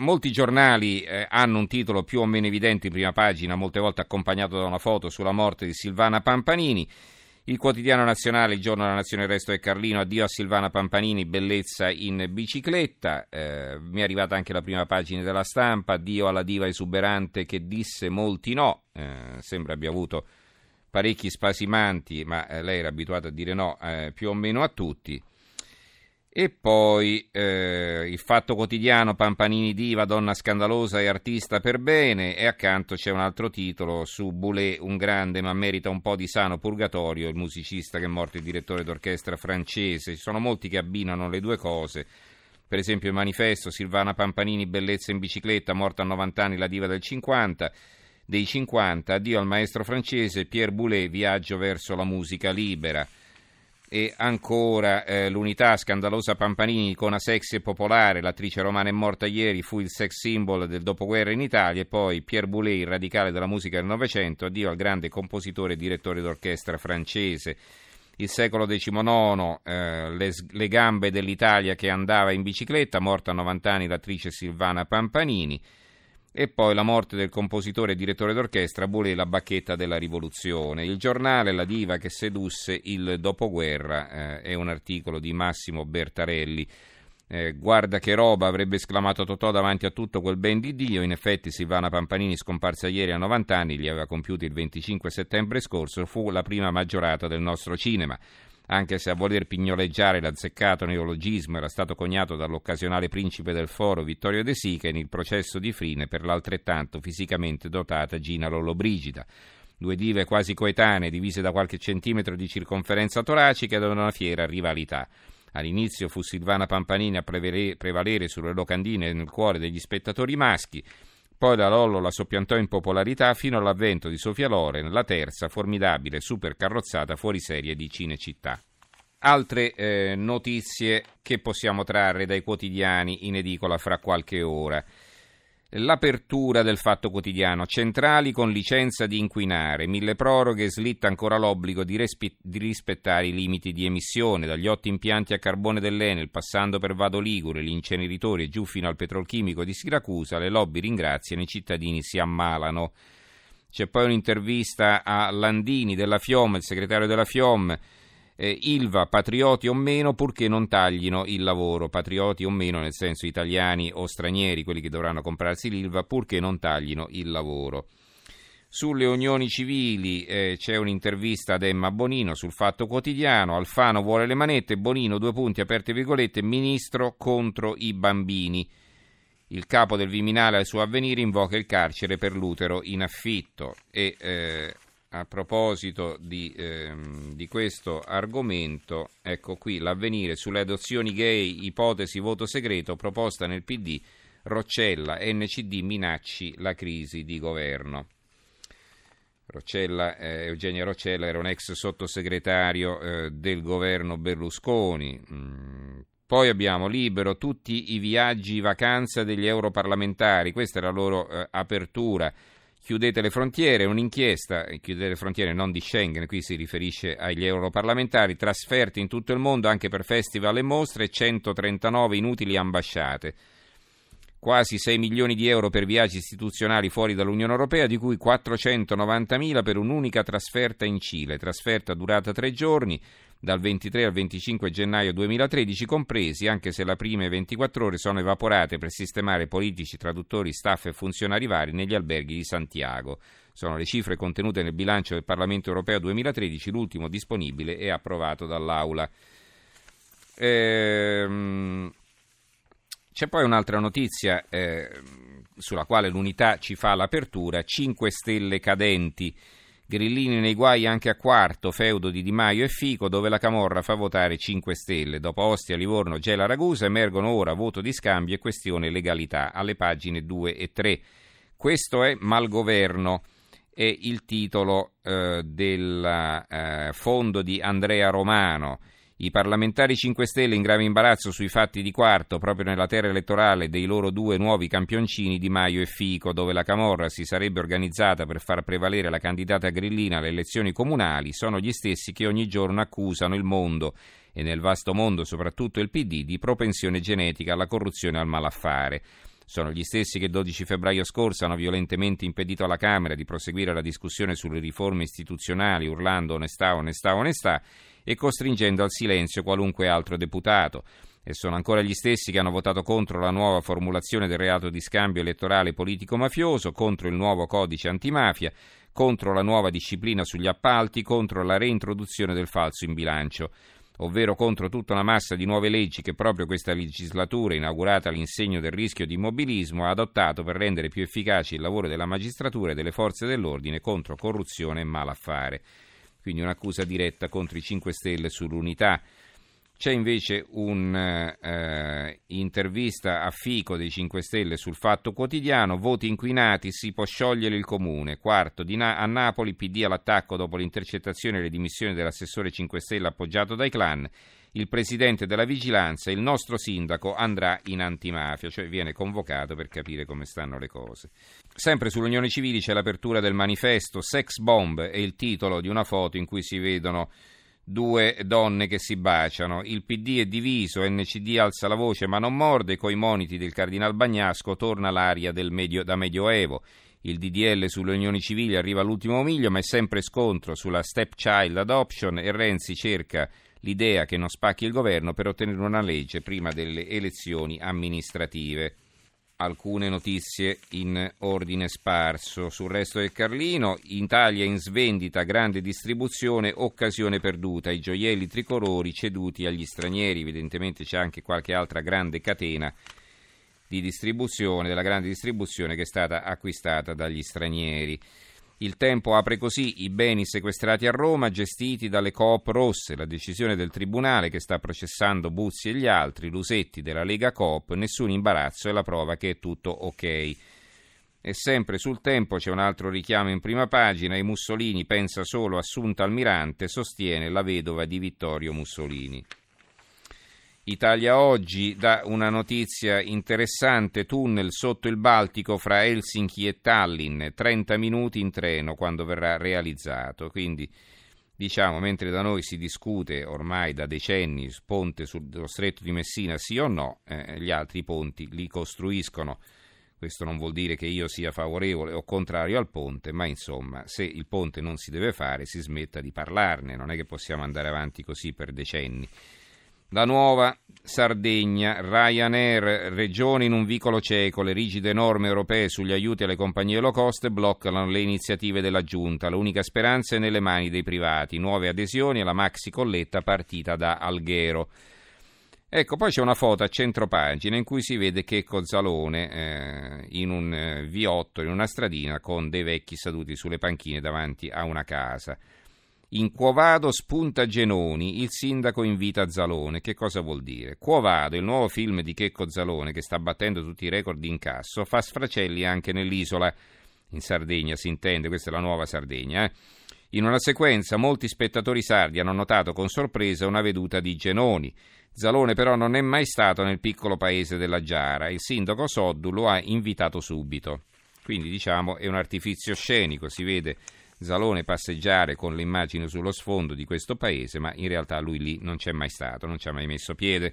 molti giornali hanno un titolo più o meno evidente in prima pagina, molte volte accompagnato da una foto sulla morte di Silvana Pampanini. Il Quotidiano Nazionale, il Giorno della Nazione, il Resto è Carlino, addio a Silvana Pampanini, bellezza in bicicletta. Mi è arrivata anche la prima pagina della Stampa, addio alla diva esuberante che disse molti no. Sembra abbia avuto parecchi spasimanti, ma lei era abituata a dire no più o meno a tutti. E poi il Fatto Quotidiano, Pampanini diva, donna scandalosa e artista per bene, e accanto c'è un altro titolo su Boulez, un grande ma merita un po' di sano purgatorio, il musicista che è morto, il direttore d'orchestra francese. Ci sono molti che abbinano le due cose, per esempio il Manifesto, Silvana Pampanini, bellezza in bicicletta, morta a 90 anni, la diva dei 50, addio al maestro francese, Pierre Boulez, viaggio verso la musica libera. E ancora l'Unità, scandalosa Pampanini, icona sexy e popolare, l'attrice romana è morta ieri, fu il sex symbol del dopoguerra in Italia. E poi Pierre Boulez, il radicale della musica del Novecento, addio al grande compositore e direttore d'orchestra francese. Il Secolo XIX, le gambe dell'Italia che andava in bicicletta, morta a 90 anni l'attrice Silvana Pampanini. E poi la morte del compositore e direttore d'orchestra, Boulez, la bacchetta della rivoluzione. Il Giornale, la diva che sedusse il dopoguerra, è un articolo di Massimo Bertarelli. Guarda che roba, avrebbe esclamato Totò davanti a tutto quel ben di Dio. In effetti Silvana Pampanini, scomparsa ieri a 90 anni, li aveva compiuti il 25 settembre scorso, fu la prima maggiorata del nostro cinema. Anche se a voler pignoleggiare l'azzeccato neologismo era stato coniato dall'occasionale principe del foro Vittorio De Sica in Il processo di Frine per l'altrettanto fisicamente dotata Gina Lollobrigida. Due dive quasi coetanee, divise da qualche centimetro di circonferenza toracica, da una fiera rivalità. All'inizio fu Silvana Pampanini a prevalere sulle locandine nel cuore degli spettatori maschi, poi la Lollo la soppiantò in popolarità fino all'avvento di Sofia Loren, la terza formidabile super carrozzata fuori serie di Cinecittà. Altre notizie che possiamo trarre dai quotidiani in edicola fra qualche ora. L'apertura del Fatto Quotidiano, centrali con licenza di inquinare, milleproroghe, slitta ancora l'obbligo di rispettare i limiti di emissione, dagli 8 impianti a carbone dell'Enel, passando per Vado Ligure, gli inceneritori e giù fino al petrolchimico di Siracusa, le lobby ringraziano, i cittadini si ammalano. C'è poi un'intervista a Landini della FIOM, il segretario della FIOM, Ilva, patrioti o meno, purché non taglino il lavoro, patrioti o meno nel senso italiani o stranieri, quelli che dovranno comprarsi l'Ilva, purché non taglino il lavoro. Sulle unioni civili c'è un'intervista ad Emma Bonino sul Fatto Quotidiano, Alfano vuole le manette, Bonino, due punti, aperte virgolette, ministro contro i bambini. Il capo del Viminale al suo Avvenire invoca il carcere per l'utero in affitto. E a proposito di questo argomento, ecco qui l'Avvenire sulle adozioni gay, ipotesi voto segreto, proposta nel PD, Roccella, NCD minacci la crisi di governo. Eugenia Roccella era un ex sottosegretario del governo Berlusconi. Poi abbiamo Libero, tutti i viaggi vacanza degli europarlamentari, questa è la loro apertura. Chiudete le frontiere, un'inchiesta, chiudete le frontiere non di Schengen, qui si riferisce agli europarlamentari, trasferti in tutto il mondo anche per festival e mostre, 139 inutili ambasciate. Quasi 6 milioni di euro per viaggi istituzionali fuori dall'Unione Europea, di cui 490.000 per un'unica trasferta in Cile, trasferta durata 3 giorni, dal 23 al 25 gennaio 2013 compresi, anche se le prime 24 ore sono evaporate per sistemare politici, traduttori, staff e funzionari vari negli alberghi di Santiago. Sono le cifre contenute nel bilancio del Parlamento Europeo 2013, l'ultimo disponibile e approvato dall'Aula. C'è poi un'altra notizia sulla quale l'Unità ci fa l'apertura, 5 Stelle cadenti. Grillini nei guai anche a Quarto, feudo di Di Maio e Fico, dove la Camorra fa votare 5 Stelle. Dopo Ostia, Livorno, Gela, Ragusa emergono ora voto di scambio e questione legalità, alle pagine 2 e 3. Questo è Malgoverno, è il titolo del fondo di Andrea Romano. I parlamentari 5 Stelle in grave imbarazzo sui fatti di Quarto, proprio nella terra elettorale dei loro due nuovi campioncini Di Maio e Fico, dove la Camorra si sarebbe organizzata per far prevalere la candidata grillina alle elezioni comunali, sono gli stessi che ogni giorno accusano il mondo, e nel vasto mondo soprattutto il PD, di propensione genetica alla corruzione e al malaffare. Sono gli stessi che il 12 febbraio scorso hanno violentemente impedito alla Camera di proseguire la discussione sulle riforme istituzionali, urlando onestà, onestà, onestà e costringendo al silenzio qualunque altro deputato. E sono ancora gli stessi che hanno votato contro la nuova formulazione del reato di scambio elettorale politico-mafioso, contro il nuovo codice antimafia, contro la nuova disciplina sugli appalti, contro la reintroduzione del falso in bilancio, ovvero contro tutta una massa di nuove leggi che proprio questa legislatura, inaugurata all'insegno del rischio di immobilismo, ha adottato per rendere più efficace il lavoro della magistratura e delle forze dell'ordine contro corruzione e malaffare. Quindi un'accusa diretta contro i 5 Stelle sull'unità. C'è invece un'intervista a Fico dei 5 Stelle sul Fatto Quotidiano, voti inquinati, si può sciogliere il comune. Quarto, a Napoli, PD all'attacco dopo l'intercettazione e le dimissioni dell'assessore 5 Stelle appoggiato dai clan. Il presidente della vigilanza, il nostro sindaco, andrà in antimafia, cioè viene convocato per capire come stanno le cose. Sempre sulle unioni civili c'è l'apertura del manifesto, Sex Bomb è il titolo di una foto in cui si vedono 2 donne che si baciano. Il PD è diviso, NCD alza la voce ma non morde, coi moniti del cardinal Bagnasco torna l'aria da Medioevo. Il DDL sulle unioni civili arriva all'ultimo miglio, ma è sempre scontro sulla stepchild adoption e Renzi cerca l'idea che non spacchi il governo per ottenere una legge prima delle elezioni amministrative. Alcune notizie in ordine sparso. Sul Resto del Carlino, Italia in svendita, grande distribuzione, occasione perduta, i gioielli tricolori ceduti agli stranieri. Evidentemente c'è anche qualche altra grande catena di distribuzione, della grande distribuzione che è stata acquistata dagli stranieri. Il Tempo apre così: i beni sequestrati a Roma gestiti dalle Coop rosse, la decisione del tribunale che sta processando Buzzi e gli altri, Lusetti della Lega Coop, nessun imbarazzo e la prova che è tutto ok. E sempre sul Tempo c'è un altro richiamo in prima pagina, e Mussolini pensa solo Assunta Almirante, sostiene la vedova di Vittorio Mussolini. Italia Oggi dà una notizia interessante, tunnel sotto il Baltico fra Helsinki e Tallinn, 30 minuti in treno quando verrà realizzato. Quindi, diciamo, mentre da noi si discute ormai da decenni ponte sullo stretto di Messina sì o no, gli altri ponti li costruiscono. Questo non vuol dire che io sia favorevole o contrario al ponte, ma insomma, se il ponte non si deve fare, si smetta di parlarne, non è che possiamo andare avanti così per decenni. La Nuova Sardegna, Ryanair, regione in un vicolo cieco, le rigide norme europee sugli aiuti alle compagnie low cost bloccano le iniziative della Giunta, l'unica speranza è nelle mani dei privati, nuove adesioni alla maxi colletta partita da Alghero. Ecco, poi c'è una foto a centropagina in cui si vede Checco Zalone in un V8, in una stradina, con dei vecchi seduti sulle panchine davanti a una casa. In Quo Vado spunta Genoni, il sindaco invita Zalone. Che cosa vuol dire? Quo Vado, il nuovo film di Checco Zalone che sta battendo tutti i record di incasso, fa sfracelli anche nell'isola, in Sardegna si intende, questa è la Nuova Sardegna. In una sequenza molti spettatori sardi hanno notato con sorpresa una veduta di Genoni. Zalone però non è mai stato nel piccolo paese della Giara, il sindaco Soddu lo ha invitato subito. Quindi diciamo è un artifizio scenico, si vede Zalone passeggiare con le immagini sullo sfondo di questo paese, ma in realtà lui lì non c'è mai stato, non ci ha mai messo piede.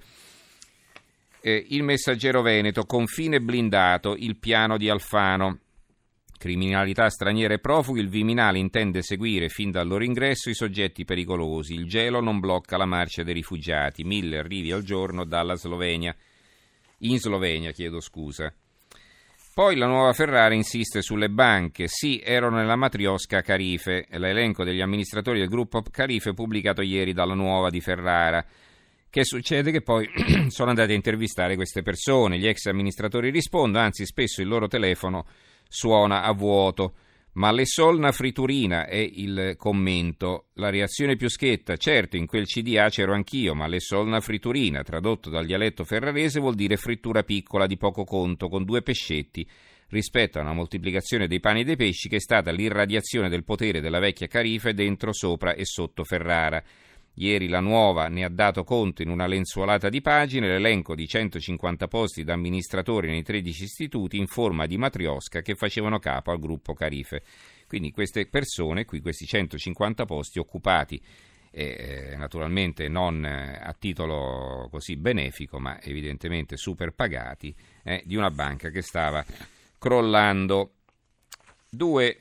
Il Messaggero Veneto, confine blindato, il piano di Alfano. Criminalità straniera e profughi, il Viminale intende seguire fin dal loro ingresso i soggetti pericolosi. Il gelo non blocca la marcia dei rifugiati, 1000 arrivi al giorno dalla Slovenia. In Slovenia, chiedo scusa. Poi la Nuova Ferrara insiste sulle banche. Sì, erano nella matriosca Carife. L'elenco degli amministratori del gruppo Carife pubblicato ieri dalla Nuova di Ferrara. Che succede? Che poi sono andati a intervistare queste persone. Gli ex amministratori rispondono, anzi spesso il loro telefono suona a vuoto. Ma le solna friturina è il commento. La reazione più schietta: certo, in quel CDA c'ero anch'io, ma le solna friturina, tradotto dal dialetto ferrarese, vuol dire frittura piccola di poco conto, con 2 pescetti, rispetto a una moltiplicazione dei pani e dei pesci che è stata l'irradiazione del potere della vecchia Carife dentro, sopra e sotto Ferrara. Ieri la Nuova ne ha dato conto in una lenzuolata di pagine, l'elenco di 150 posti da amministratori nei 13 istituti in forma di matriosca che facevano capo al gruppo Carife. Quindi queste persone, qui questi 150 posti occupati naturalmente non a titolo così benefico, ma evidentemente super pagati, di una banca che stava crollando. Due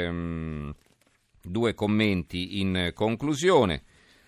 commenti in conclusione.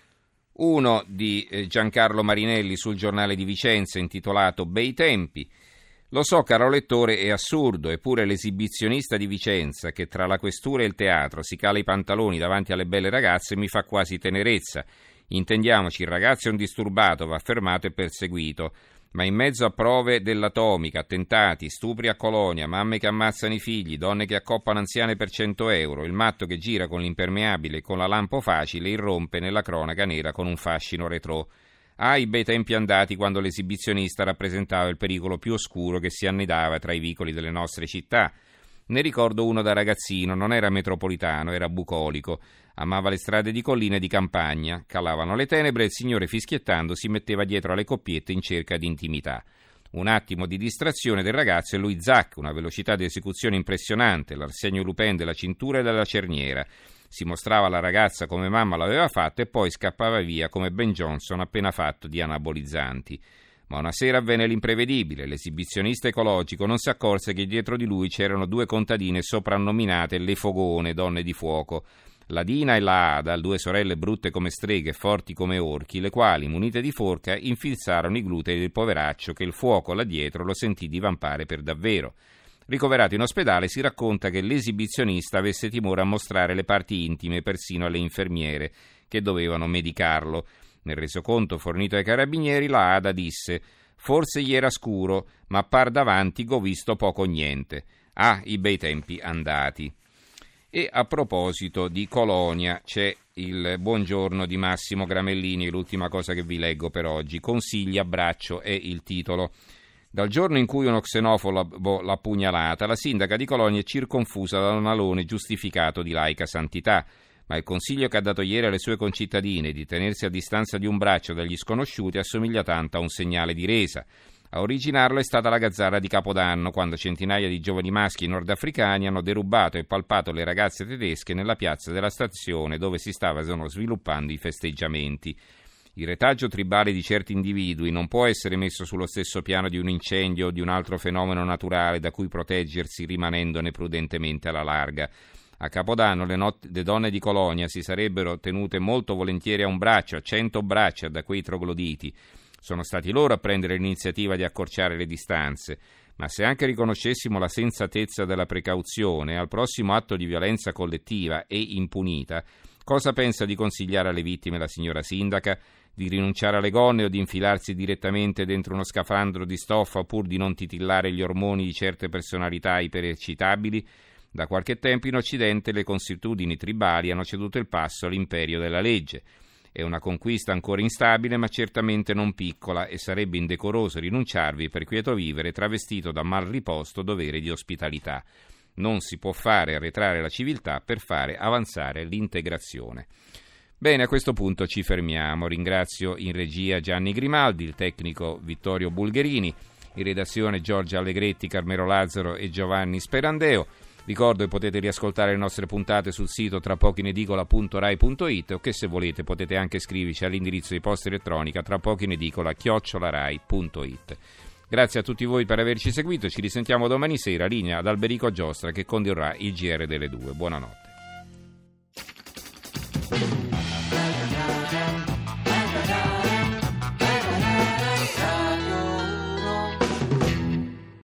Uno di Giancarlo Marinelli sul Giornale di Vicenza intitolato Bei tempi. Lo so, caro lettore, è assurdo, eppure l'esibizionista di Vicenza che tra la questura e il teatro si cala i pantaloni davanti alle belle ragazze mi fa quasi tenerezza. Intendiamoci, il ragazzo è un disturbato, va fermato e perseguito. Ma in mezzo a prove dell'atomica, attentati, stupri a Colonia, mamme che ammazzano i figli, donne che accoppano anziane per 100 euro, il matto che gira con l'impermeabile e con la lampo facile irrompe nella cronaca nera con un fascino retrò. Ah, i bei tempi andati quando l'esibizionista rappresentava il pericolo più oscuro che si annidava tra i vicoli delle nostre città. Ne ricordo uno da ragazzino, non era metropolitano, era bucolico. Amava le strade di collina e di campagna. Calavano le tenebre e il signore, fischiettando, si metteva dietro alle coppiette in cerca di intimità. Un attimo di distrazione del ragazzo e lui zac, una velocità di esecuzione impressionante, l'Arsenio Lupin della cintura e della cerniera. Si mostrava alla ragazza come mamma l'aveva fatto e poi scappava via come Ben Johnson appena fatto di anabolizzanti. Ma una sera avvenne l'imprevedibile. L'esibizionista ecologico non si accorse che dietro di lui c'erano due contadine soprannominate le Fogone, donne di fuoco. La Dina e la Ada, due sorelle brutte come streghe e forti come orchi, le quali, munite di forca, infilzarono i glutei del poveraccio che il fuoco là dietro lo sentì divampare per davvero. Ricoverato in ospedale si racconta che l'esibizionista avesse timore a mostrare le parti intime persino alle infermiere che dovevano medicarlo. Nel resoconto fornito ai carabinieri la Ada disse: «Forse gli era scuro, ma par davanti g'ho visto poco niente. Ah, i bei tempi andati». E a proposito di Colonia c'è il buongiorno di Massimo Gramellini, l'ultima cosa che vi leggo per oggi. Consigli, abbraccio è il titolo. Dal giorno in cui uno xenofobo l'ha pugnalata, la sindaca di Colonia è circonfusa da un alone giustificato di laica santità. Ma il consiglio che ha dato ieri alle sue concittadine di tenersi a distanza di un braccio dagli sconosciuti assomiglia tanto a un segnale di resa. A originarlo è stata la gazzarra di Capodanno, quando centinaia di giovani maschi nordafricani hanno derubato e palpato le ragazze tedesche nella piazza della stazione dove si stavano sviluppando i festeggiamenti. Il retaggio tribale di certi individui non può essere messo sullo stesso piano di un incendio o di un altro fenomeno naturale da cui proteggersi rimanendone prudentemente alla larga. A Capodanno le donne di Colonia si sarebbero tenute molto volentieri a un braccio, a 100 braccia da quei trogloditi. Sono stati loro a prendere l'iniziativa di accorciare le distanze, ma se anche riconoscessimo la sensatezza della precauzione, al prossimo atto di violenza collettiva e impunita, cosa pensa di consigliare alle vittime la signora sindaca? Di rinunciare alle gonne o di infilarsi direttamente dentro uno scafandro di stoffa pur di non titillare gli ormoni di certe personalità ipereccitabili? Da qualche tempo in Occidente le consuetudini tribali hanno ceduto il passo all'imperio della legge. È una conquista ancora instabile, ma certamente non piccola, e sarebbe indecoroso rinunciarvi per quieto vivere travestito da mal riposto dovere di ospitalità. Non si può fare arretrare la civiltà per fare avanzare l'integrazione. Bene, a questo punto ci fermiamo. Ringrazio in regia Gianni Grimaldi, il tecnico Vittorio Bulgherini, in redazione Giorgia Allegretti, Carmelo Lazzaro e Giovanni Sperandeo. Ricordo che potete riascoltare le nostre puntate sul sito trapochinedicola.rai.it o che se volete potete anche scriverci all'indirizzo di posta elettronica trapochinedicola@rai.it. Grazie a tutti voi per averci seguito, ci risentiamo domani sera, linea ad Alberico Giostra che condurrà il GR delle 2. Buonanotte.